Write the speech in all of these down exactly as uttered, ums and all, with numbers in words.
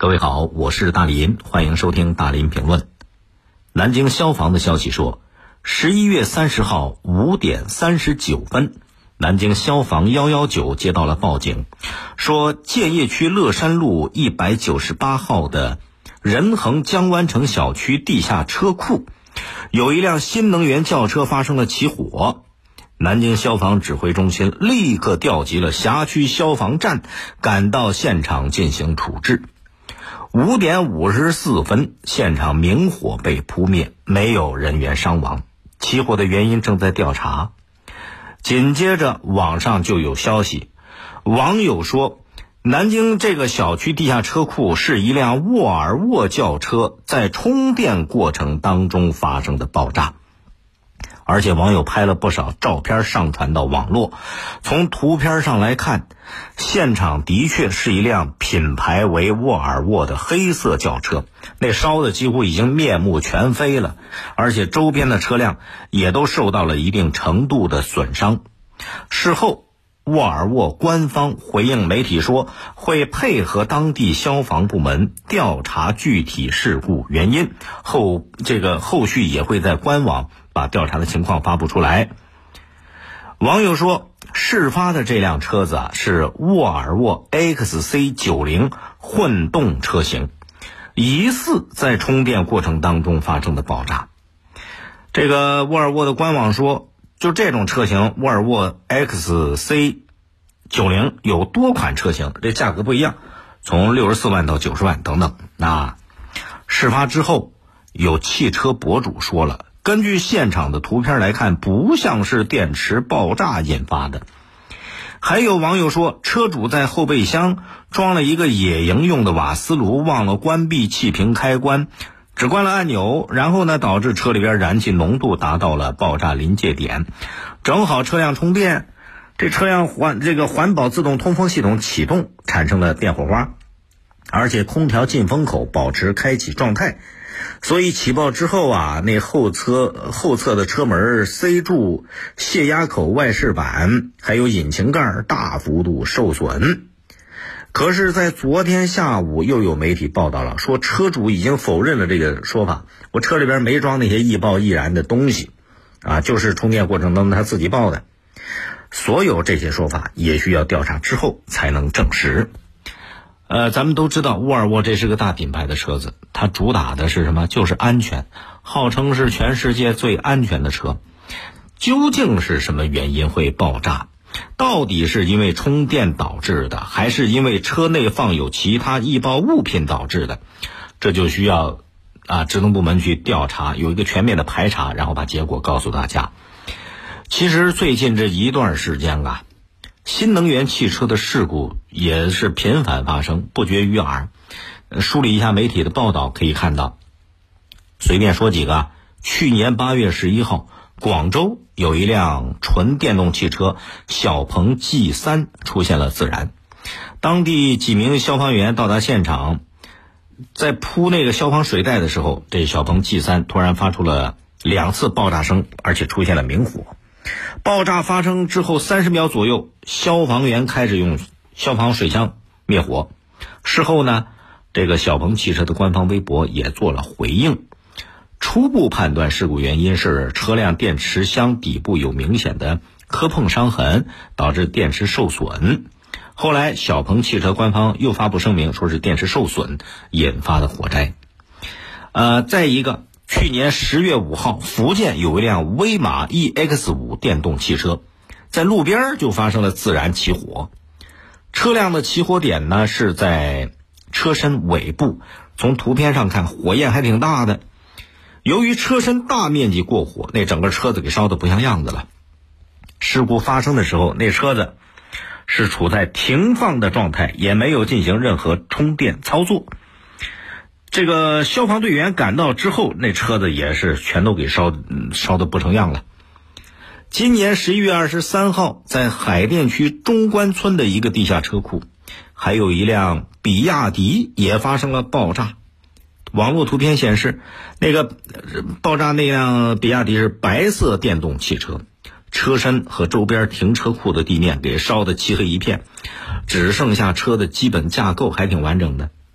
各位好，我是大林，欢迎收听大林评论。南京消防的消息说，十一月三十号五点三十九分，南京消防一一九接到了报警，说建邺区乐山路一百九十八号的仁恒江湾城小区地下车库有一辆新能源轿车发生了起火。南京消防指挥中心立刻调集了辖区消防站赶到现场进行处置。五点五十四分，现场明火被扑灭，没有人员伤亡，起火的原因正在调查。紧接着网上就有消息，网友说南京这个小区地下车库是一辆沃尔沃轿车在充电过程当中发生的爆炸，而且网友拍了不少照片上传到网络。从图片上来看，现场的确是一辆品牌为沃尔沃的黑色轿车，那烧的几乎已经面目全非了，而且周边的车辆也都受到了一定程度的损伤。事后沃尔沃官方回应媒体说，会配合当地消防部门调查具体事故原因，后这个后续也会在官网把调查的情况发布出来。网友说，事发的这辆车子啊是沃尔沃 X C 九十 混动车型，疑似在充电过程当中发生的爆炸。这个沃尔沃的官网说，就这种车型沃尔沃 X C 九十 有多款车型，这价格不一样，从六十四万到九十万等等。那事发之后，有汽车博主说了，根据现场的图片来看，不像是电池爆炸引发的。还有网友说，车主在后备箱装了一个野营用的瓦斯炉，忘了关闭气瓶开关，只关了按钮，然后呢导致车里边燃气浓度达到了爆炸临界点，正好车辆充电，这车辆环这个环保自动通风系统启动，产生了电火花，而且空调进风口保持开启状态，所以起爆之后啊，那后侧后侧的车门塞住泄压口外饰板，还有引擎盖大幅度受损。可是在昨天下午又有媒体报道了，说车主已经否认了这个说法，我车里边没装那些易爆易燃的东西啊，就是充电过程当中他自己爆的。所有这些说法也需要调查之后才能证实。呃，咱们都知道沃尔沃这是个大品牌的车子，它主打的是什么？就是安全，号称是全世界最安全的车。究竟是什么原因会爆炸？到底是因为充电导致的，还是因为车内放有其他易爆物品导致的？这就需要啊职能部门去调查，有一个全面的排查，然后把结果告诉大家。其实最近这一段时间啊，新能源汽车的事故也是频繁发生，不绝于耳。梳理一下媒体的报道可以看到，随便说几个，去年八月十一号，广州有一辆纯电动汽车小鹏 G 三 出现了自燃，当地几名消防员到达现场，在铺那个消防水带的时候，这小鹏 G 三 突然发出了两次爆炸声，而且出现了明火。爆炸发生之后三十秒左右，消防员开始用消防水枪灭火。事后呢，这个小鹏汽车的官方微博也做了回应，初步判断事故原因是车辆电池箱底部有明显的磕碰伤痕，导致电池受损。后来小鹏汽车官方又发布声明，说是电池受损引发的火灾。呃，再一个，去年十月五号，福建有一辆威马 E X 五 电动汽车在路边就发生了自燃起火。车辆的起火点呢是在车身尾部，从图片上看火焰还挺大的。由于车身大面积过火，那整个车子给烧得不像样子了。事故发生的时候，那车子是处在停放的状态，也没有进行任何充电操作。这个消防队员赶到之后，那车子也是全都给烧烧得不成样了。今年十一月二十三号，在海淀区中关村的一个地下车库，还有一辆比亚迪也发生了爆炸。网络图片显示，那个爆炸那辆比亚迪是白色电动汽车，车身和周边停车库的地面给烧得漆黑一片，只剩下车的基本架构还挺完整的。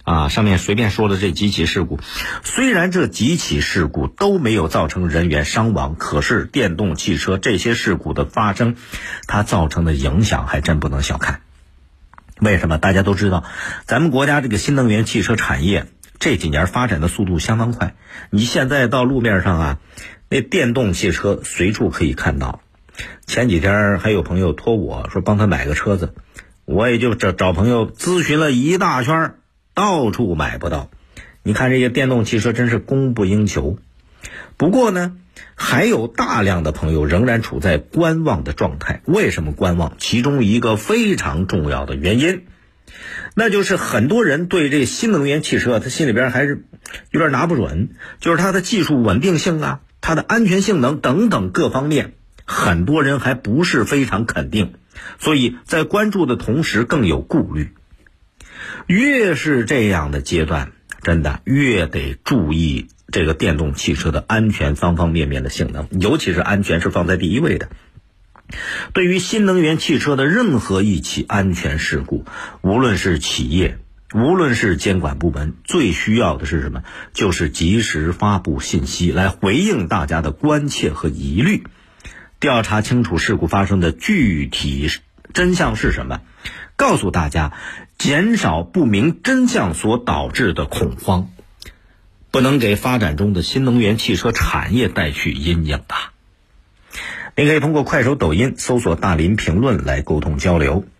啊，上面随便说的这几起事故，虽然这几起事故都没有造成人员伤亡，可是电动汽车这些事故的发生，它造成的影响还真不能小看。为什么？大家都知道，咱们国家这个新能源汽车产业这几年发展的速度相当快。你现在到路面上啊，那电动汽车随处可以看到。前几天还有朋友托我说帮他买个车子，我也就找找朋友咨询了一大圈，到处买不到。你看这个电动汽车真是供不应求。不过呢，还有大量的朋友仍然处在观望的状态。为什么观望？其中一个非常重要的原因，那就是很多人对这新能源汽车他心里边还是有点拿不准，就是它的技术稳定性啊，它的安全性能等等各方面，很多人还不是非常肯定，所以在关注的同时更有顾虑。越是这样的阶段，真的越得注意这个电动汽车的安全方方面面的性能，尤其是安全是放在第一位的。对于新能源汽车的任何一起安全事故，无论是企业，无论是监管部门，最需要的是什么？就是及时发布信息来回应大家的关切和疑虑，调查清楚事故发生的具体真相是什么，告诉大家减少不明真相所导致的恐慌，不能给发展中的新能源汽车产业带去阴影的。您可以通过快手、抖音搜索大林评论来沟通交流。